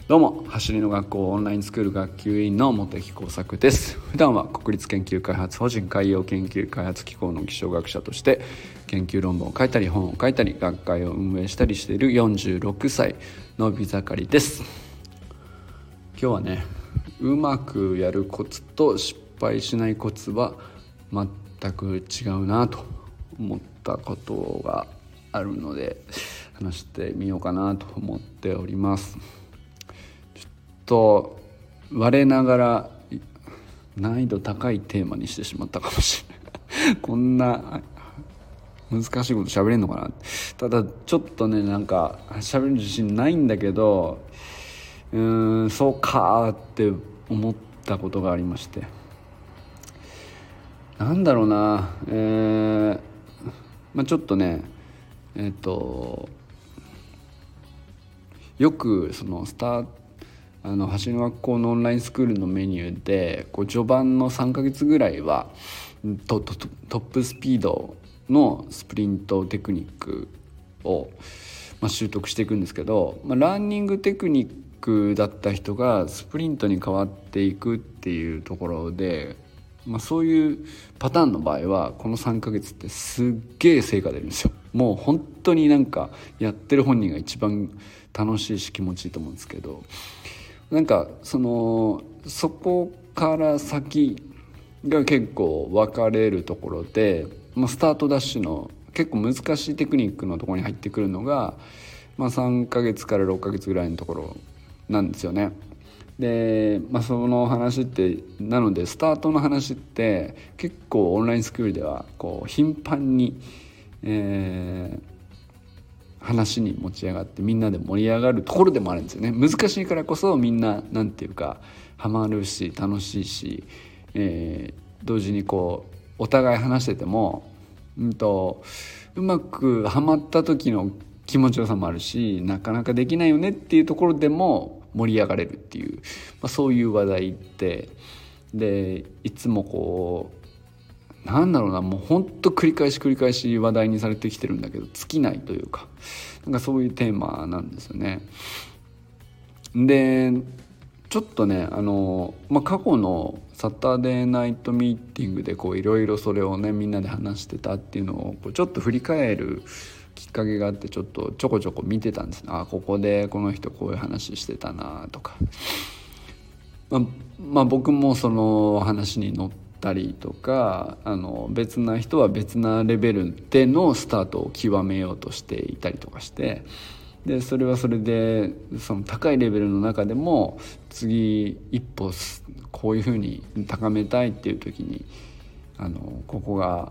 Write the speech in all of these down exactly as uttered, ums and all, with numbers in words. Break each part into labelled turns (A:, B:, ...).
A: どうも、走りの学校オンラインスクール学級委員の茂木耕作です。普段は国立研究開発法人海洋研究開発機構の気象学者として研究論文を書いたり本を書いたり学会を運営したりしているよんじゅうろくさいのび盛りです。今日はね、うまくやるコツと失敗しないコツは全く違うなと思ったことがあるので話してみようかなと思っております。と我ながら難易度高いテーマにしてしまったかもしれないこんな難しいこと喋れんのかな。ただちょっとね、なんか喋る自信ないんだけど、うーんそうかって思ったことがありまして、なんだろうな、えーまあ、ちょっとねえっ、とよくそのスターあの走りの学校のオンラインスクールのメニューでこう序盤のさんかげつぐらいはト, ト, トップスピードのスプリントテクニックを、まあ、習得していくんですけど、まあ、ランニングテクニックだった人がスプリントに変わっていくっていうところで、まあ、そういうパターンの場合はこのさんかげつってすっげえ成果出るんですよ。もう本当になんかやってる本人が一番楽しいし気持ちいいと思うんですけど、なんかそのそこから先が結構分かれるところで、まあ、スタートダッシュの結構難しいテクニックのところに入ってくるのが、まあ、さんかげつからろっかげつぐらいのところなんですよね。で、まあ、その話ってなのでスタートの話って結構オンラインスクールではこう頻繁に、えー話に持ち上がってみんなで盛り上がるところでもあるんですよね。難しいからこそみんななんていうかハマるし楽しいし、えー、同時にこうお互い話してても、うんと、うまくハマった時の気持ちよさもあるし、なかなかできないよねっていうところでも盛り上がれるっていう、まあ、そういう話題ってでいつもこうなんだろうな、もうほんと繰り返し繰り返し話題にされてきてるんだけど尽きないというか、なんかそういうテーマなんですよね。でちょっとねあの、まあ、過去のサタデーナイトミーティングでこういろいろそれをねみんなで話してたっていうのをこうちょっと振り返るきっかけがあって、ちょっとちょこちょこ見てたんですね。あ、ここでこの人こういう話してたなとか、まあ、まあ僕もその話に乗ってたりとか、あの別な人は別なレベルでのスタートを極めようとしていたりとかして、でそれはそれでその高いレベルの中でも次一歩こういうふうに高めたいっていう時にあのここが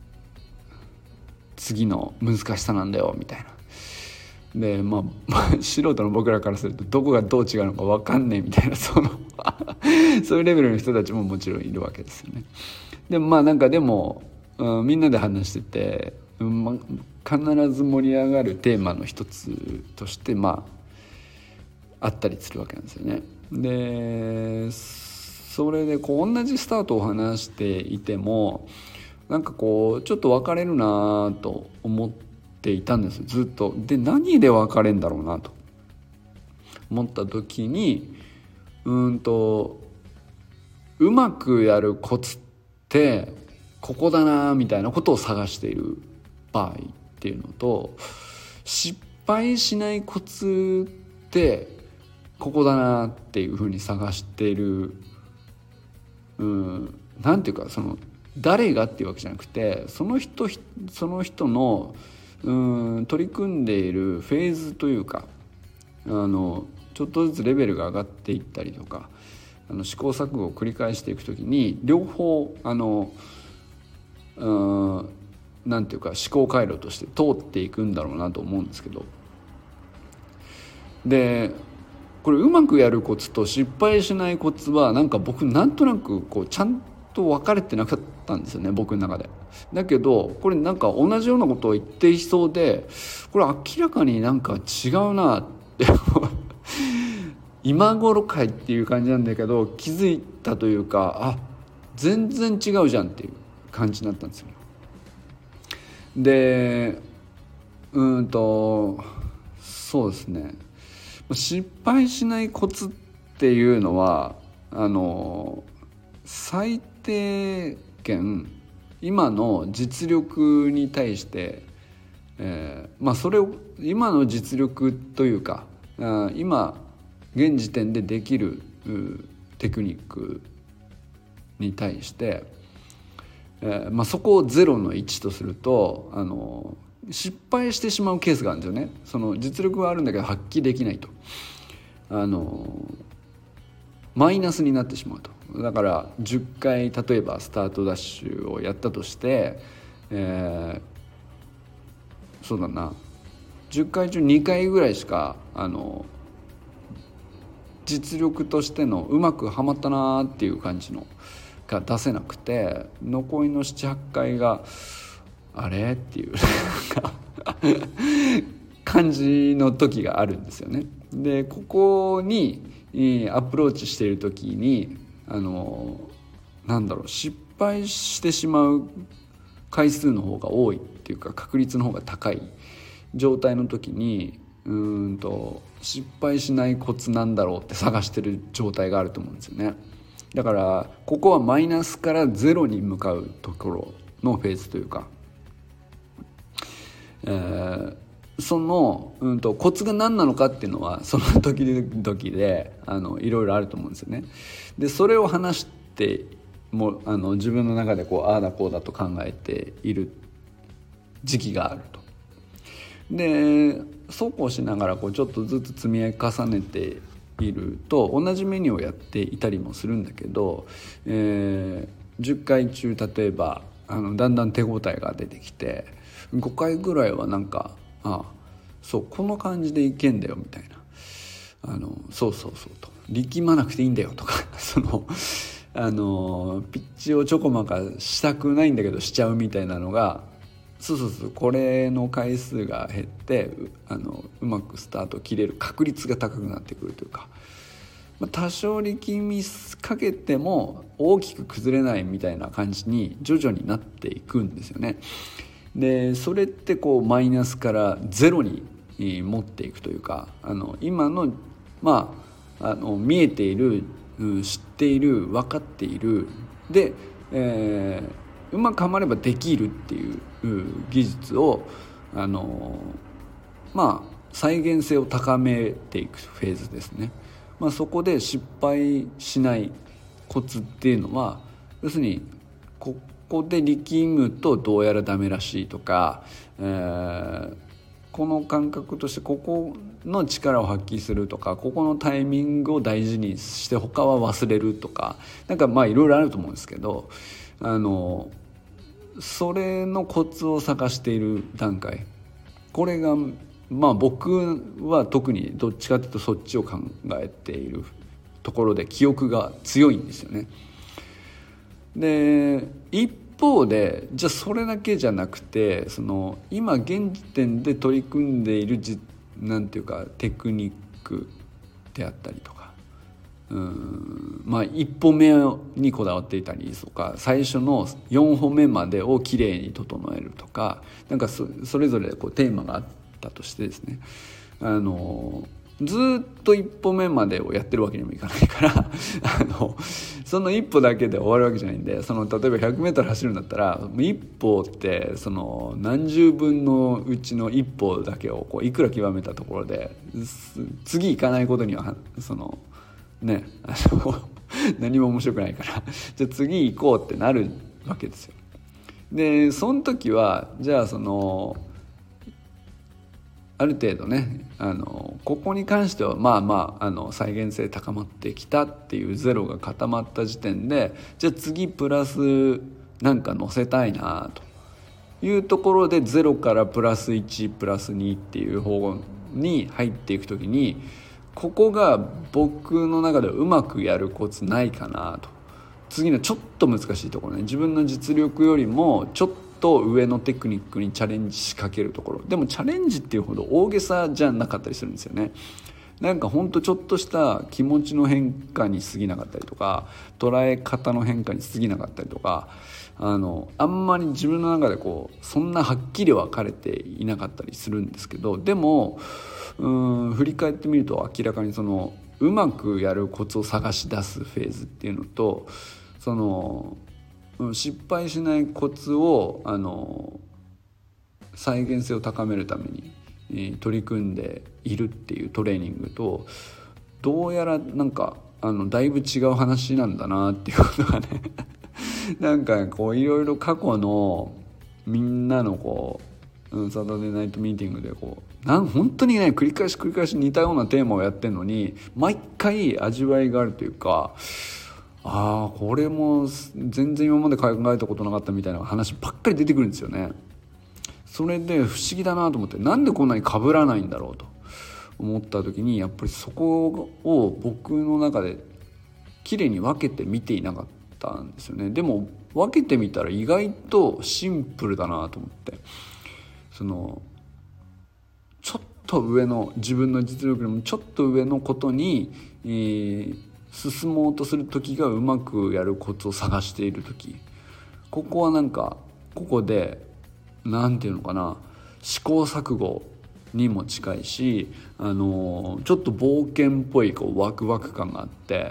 A: 次の難しさなんだよみたいな。でまあ、まあ、素人の僕らからするとどこがどう違うのか分かんねえみたいなそのそういうレベルの人たちももちろんいるわけですよね。でもまあなんかでも、うん、みんなで話してて、うんま、必ず盛り上がるテーマの一つとしてまああったりするわけなんですよね。でそれでこう同じスタートを話していてもなんかこうちょっと分かれるなと思ってていたんですずっと。で何で分かれんだろうなと思った時にうんとうまくやるコツってここだなみたいなことを探している場合っていうのと、失敗しないコツってここだなっていうふうに探している、うんなんていうかその誰がっていうわけじゃなくてその人その人のうん取り組んでいるフェーズというか、あのちょっとずつレベルが上がっていったりとか、あの試行錯誤を繰り返していくときに両方あのうんなんていうか思考回路として通っていくんだろうなと思うんですけど、でこれうまくやるコツと失敗しないコツはなんか僕なんとなくこうちゃんと分かれてなかったんですよね、僕の中で。だけどこれなんか同じようなことを言っていそうで、これ明らかになんか違うなって今頃かいっていう感じなんだけど気づいたというか、あ全然違うじゃんっていう感じになったんですよ。でうんとそうですね、 失敗しないコツっていうのはあの最低限今の実力に対して、えー、まあそれを今の実力というか今現時点でできるテクニックに対して、えーまあ、そこをゼロのいちとするとあの失敗してしまうケースがあるんですよね。その実力はあるんだけど発揮できないとあのマイナスになってしまうと。だからじゅっかい例えばスタートダッシュをやったとして、えー、そうだなじゅっかい中にかいぐらいしかあの実力としてのうまくはまったなっていう感じのが出せなくて、残りのななはちかいがあれっていう感じの時があるんですよね。でここにアプローチしている時にあのなんだろう失敗してしまう回数の方が多いっていうか確率の方が高い状態の時にうーんと失敗しないコツなんだろうって探してる状態があると思うんですよね。だからここはマイナスからゼロに向かうところのフェーズというか、えー、その、うん、とコツが何なのかっていうのはその時々であのいろいろあると思うんですよね。でそれを話してもあの自分の中でこうああだこうだと考えている時期があると。でそうこうしながらこうちょっとずつ積み重ねていると同じメニューをやっていたりもするんだけど、えー、じゅっかい中例えばあのだんだん手応えが出てきてごかいぐらいはなんかあそうこの感じでいけんだよみたいなあのそうそうそうと力まなくていいんだよとかそのあのピッチをちょこまかしたくないんだけどしちゃうみたいなのがそうそうそうこれの回数が減ってあのうまくスタートを切れる確率が高くなってくるというか、まあ、多少力みかけても大きく崩れないみたいな感じに徐々になっていくんですよね。でそれってこうマイナスからゼロに持っていくというかあの今のまああの見えている、うん、知っている分かっているで、えー、うまくはまればできるっていう技術をあのまあ再現性を高めていくフェーズですね。まあ、そこで失敗しないコツっていうのは要するにここで力むとどうやらダメらしいとか、えー、この感覚としてここの力を発揮するとかここのタイミングを大事にして他は忘れるとかなんかまあいろいろあると思うんですけどあのそれのコツを探している段階これがまあ僕は特にどっちかというとそっちを考えているところで記憶が強いんですよね。で一方でじゃあそれだけじゃなくてその今現時点で取り組んでいるじなんていうかテクニックであったりとかうんまあ一歩目にこだわっていたりとか最初のよんほめまでをきれいに整えるとかなんか そ, それぞれこうテーマがあったとしてですねあのずっと一歩目までをやってるわけにもいかないからあのその一歩だけで終わるわけじゃないんでその例えば ひゃくメートル 走るんだったら一歩ってその何十分のうちの一歩だけをこういくら極めたところで次行かないことにはそのねあの何も面白くないからじゃあ次行こうってなるわけですよ。でその時はじゃあそのある程度ねあのここに関してはまあまああの再現性高まってきたっていうゼロが固まった時点でじゃあ次プラスなんか乗せたいなというところでゼロからプラスいちプラスにっていう方に入っていくときにここが僕の中でうまくやるコツないかなと次のちょっと難しいところね自分の実力よりもちょっとと上のテクニックにチャレンジしかけるところでもチャレンジっていうほど大げさじゃなかったりするんですよね。なんかほんとちょっとした気持ちの変化に過ぎなかったりとか捉え方の変化に過ぎなかったりとかあのあんまり自分の中でこうそんなはっきり分かれていなかったりするんですけど、でもうーん振り返ってみると明らかにそのうまくやるコツを探し出すフェーズっていうのと、その失敗しないコツをあの再現性を高めるために、えー、取り組んでいるっていうトレーニングと、どうやらなんかあのだいぶ違う話なんだなっていうことがねなんかこういろいろ過去のみんなのこう、うん、サタデーナイトミーティングでこうなん本当にね繰り返し繰り返し似たようなテーマをやってるのに毎回味わいがあるというか、ああこれも全然今まで考えたことなかったみたいな話ばっかり出てくるんですよね。それで不思議だなと思って、なんでこんなに被らないんだろうと思った時に、やっぱりそこを僕の中で綺麗に分けて見ていなかったんですよね。でも分けてみたら意外とシンプルだなと思って、そのちょっと上の自分の実力よりもちょっと上のことに、えー、進もうとする時がうまくやるコツを探している時、ここはなんかここでなんていうのかな、試行錯誤にも近いし、あのちょっと冒険っぽいこうワクワク感があって、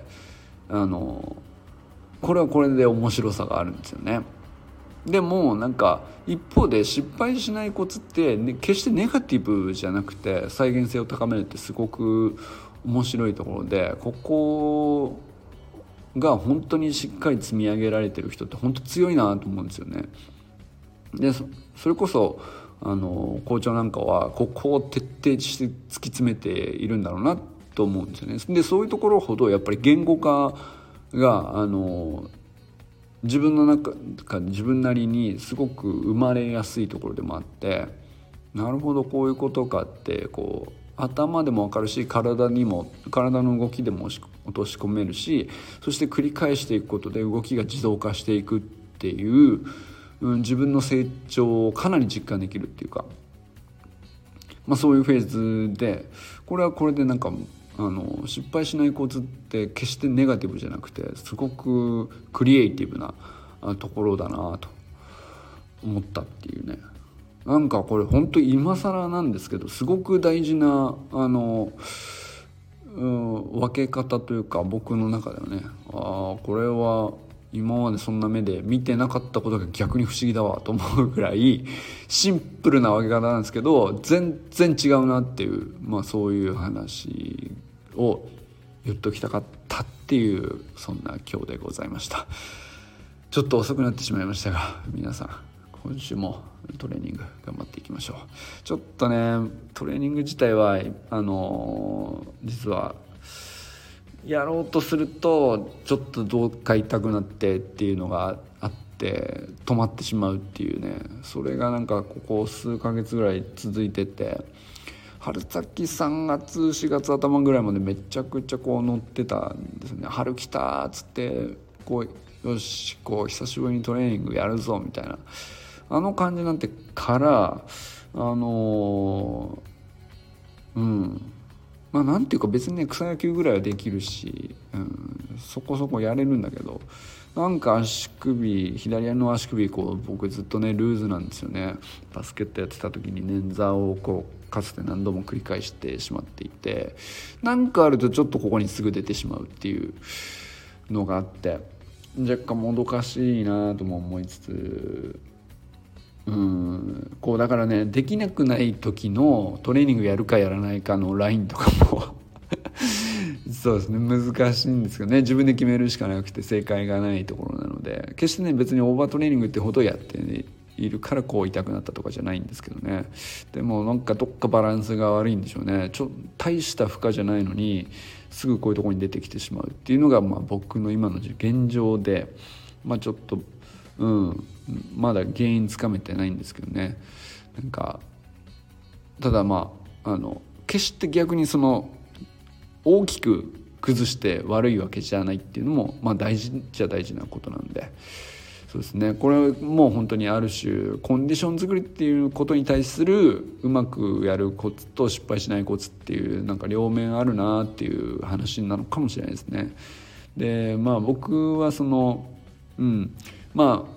A: あのこれはこれで面白さがあるんですよね。でもなんか一方で失敗しないコツって、ね、決してネガティブじゃなくて再現性を高めるってすごく面白いところで、ここが本当にしっかり積み上げられてる人って本当強いなと思うんですよね。で そ, それこそあの校長なんかはここを徹底して突き詰めているんだろうなと思うんですよね。でそういうところほどやっぱり言語化があの自分の中か自分なりにすごく生まれやすいところでもあって、なるほどこういうことかってこう頭でも分かるし、体にも体の動きでも落とし込めるし、そして繰り返していくことで動きが自動化していくっていううん、自分の成長をかなり実感できるっていうか、まあ、そういうフェーズで、これはこれでなんかあの失敗しないコツって決してネガティブじゃなくてすごくクリエイティブなところだなと思ったっていうね。なんかこれ本当今更なんですけどすごく大事なあの、うん、分け方というか、僕の中ではね、あこれは今までそんな目で見てなかったことが逆に不思議だわと思うぐらいシンプルな分け方なんですけど全然違うなっていう、まあ、そういう話を言っときたかったっていう、そんな今日でございました。ちょっと遅くなってしまいましたが、皆さん今週もトレーニング頑張っていきましょう。ちょっとねトレーニング自体はあの実はやろうとするとちょっとどうか痛くなってっていうのがあって止まってしまうっていうね、それがなんかここ数ヶ月ぐらい続いてて、春先さんがつしがつ頭ぐらいまでめちゃくちゃこう乗ってたんですね。春来たっつってこうよしこう久しぶりにトレーニングやるぞみたいなあの感じになってからあのー、うんまあなんていうか別にね草野球ぐらいはできるし、うん、そこそこやれるんだけど、なんか足首左の足首こう僕ずっとねルーズなんですよね。バスケットやってた時に捻挫をこうかつて何度も繰り返してしまっていて、なんかあるとちょっとここにすぐ出てしまうっていうのがあって、若干もどかしいなとも思いつつ、うんこうだからねできなくない時のトレーニングやるかやらないかのラインとかもそうですね難しいんですけどね、自分で決めるしかなくて正解がないところなので、決してね別にオーバートレーニングってほどやってねいるからこう痛くなったとかじゃないんですけどね。でもなんかどっかバランスが悪いんでしょうね。ちょ大した負荷じゃないのにすぐこういうところに出てきてしまうっていうのがまあ僕の今の現状で、まあちょっとうんまだ原因つかめてないんですけどね。なんかただまああの決して逆にその大きく崩して悪いわけじゃないっていうのもまあ大事じゃ大事なことなんで、そうですね、これもう本当にある種コンディション作りっていうことに対するうまくやるコツと失敗しないコツっていうなんか両面あるなっていう話なのかもしれないですね。でまあ僕はそのうんまあ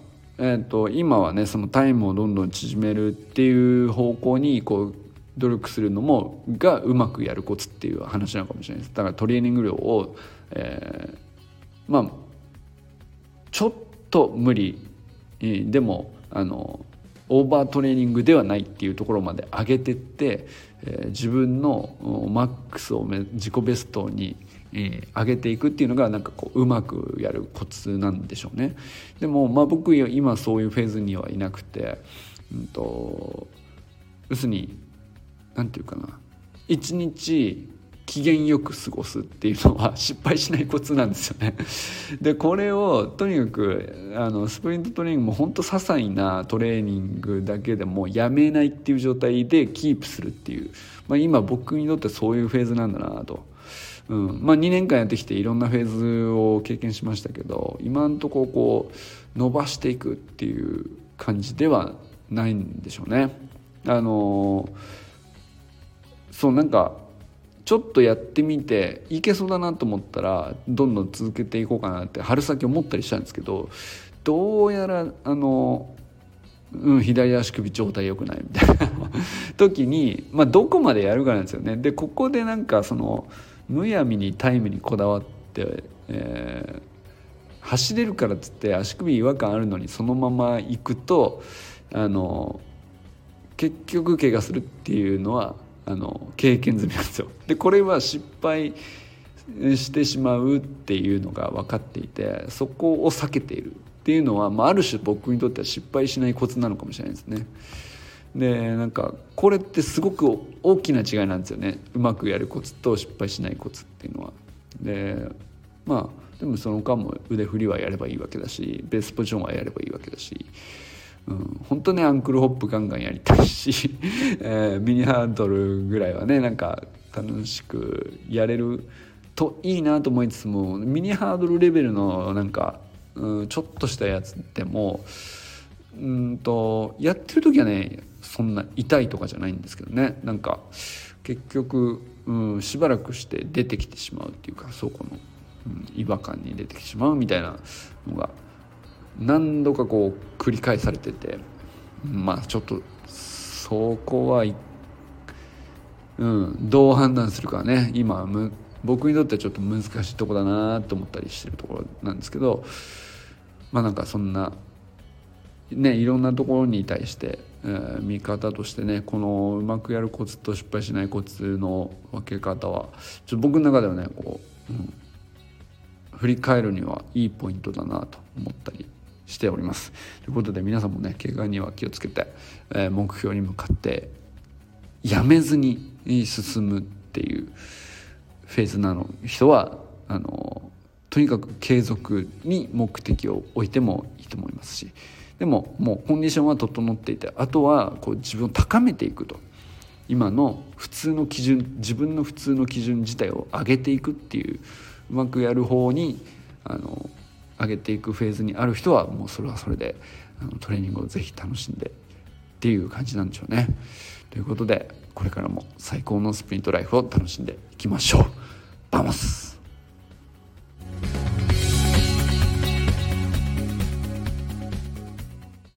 A: えー、と今はねそのタイムをどんどん縮めるっていう方向にこう努力するのもがうまくやるコツっていう話なのかもしれないです。だからトレーニング量を、えー、まあちょっと無理でもあのオーバートレーニングではないっていうところまで上げてって、えー、自分のマックスを自己ベストに、えー、上げていくっていうのがなんかこううまくやるコツなんでしょうね。でもまあ僕今そういうフェーズにはいなくて、うんと要するになんていうかな、一日機嫌よく過ごすっていうのは失敗しないコツなんですよね。でこれをとにかくあのスプリントトレーニングも本当些細なトレーニングだけでもやめないっていう状態でキープするっていう、まあ、今僕にとってそういうフェーズなんだなと、うんまあ、にねんかんやってきていろんなフェーズを経験しましたけど、今んとここう伸ばしていくっていう感じではないんでしょうね。あのそうなんかちょっとやってみていけそうだなと思ったらどんどん続けていこうかなって春先思ったりしたんですけど、どうやらあの、うん、左足首状態良くないみたいな時に、まあ、どこまでやるかなんですよね。でここでなんかそのむやみにタイムにこだわって、えー、走れるからっつって足首違和感あるのにそのまま行くとあの結局怪我するっていうのはあの経験済みなんですよ。でこれは失敗してしまうっていうのが分かっていて、そこを避けているっていうのは、まあ、ある種僕にとっては失敗しないコツなのかもしれないですね。でなんかこれってすごく大きな違いなんですよね。うまくやるコツと失敗しないコツっていうのは。でまあでもその間も腕振りはやればいいわけだし、ベースポジションはやればいいわけだし、うん、本当ねアンクルホップガンガンやりたいし、えー、ミニハードルぐらいはねなんか楽しくやれるといいなと思いつつも、ミニハードルレベルのなんか、うん、ちょっとしたやつでもうんとやってる時はねそんな痛いとかじゃないんですけどね、なんか結局、うん、しばらくして出てきてしまうっていうか、そこの、うん、違和感に出てきてしまうみたいなのが何度かこう繰り返されてて、まあちょっとそこは、うん、どう判断するかね今む僕にとってはちょっと難しいところだなと思ったりしてるところなんですけど、まあなんかそんなねいろんなところに対して、えー、見方としてねこのうまくやるコツと失敗しないコツの分け方はちょっと僕の中ではねこう、うん、振り返るにはいいポイントだなと思ったりしております。ということで皆さんもね怪我には気をつけて、えー、目標に向かってやめずに進むっていうフェーズなの人はあのとにかく継続に目的を置いてもいいと思いますし、でももうコンディションは整っていて、あとはこう自分を高めていくと、今の普通の基準自分の普通の基準自体を上げていくっていう、うまくやる方にあの上げていくフェーズにある人はもうそれはそれであのトレーニングをぜひ楽しんでっていう感じなんでしょうね。ということでこれからも最高のスプリントライフを楽しんでいきましょう。バモス。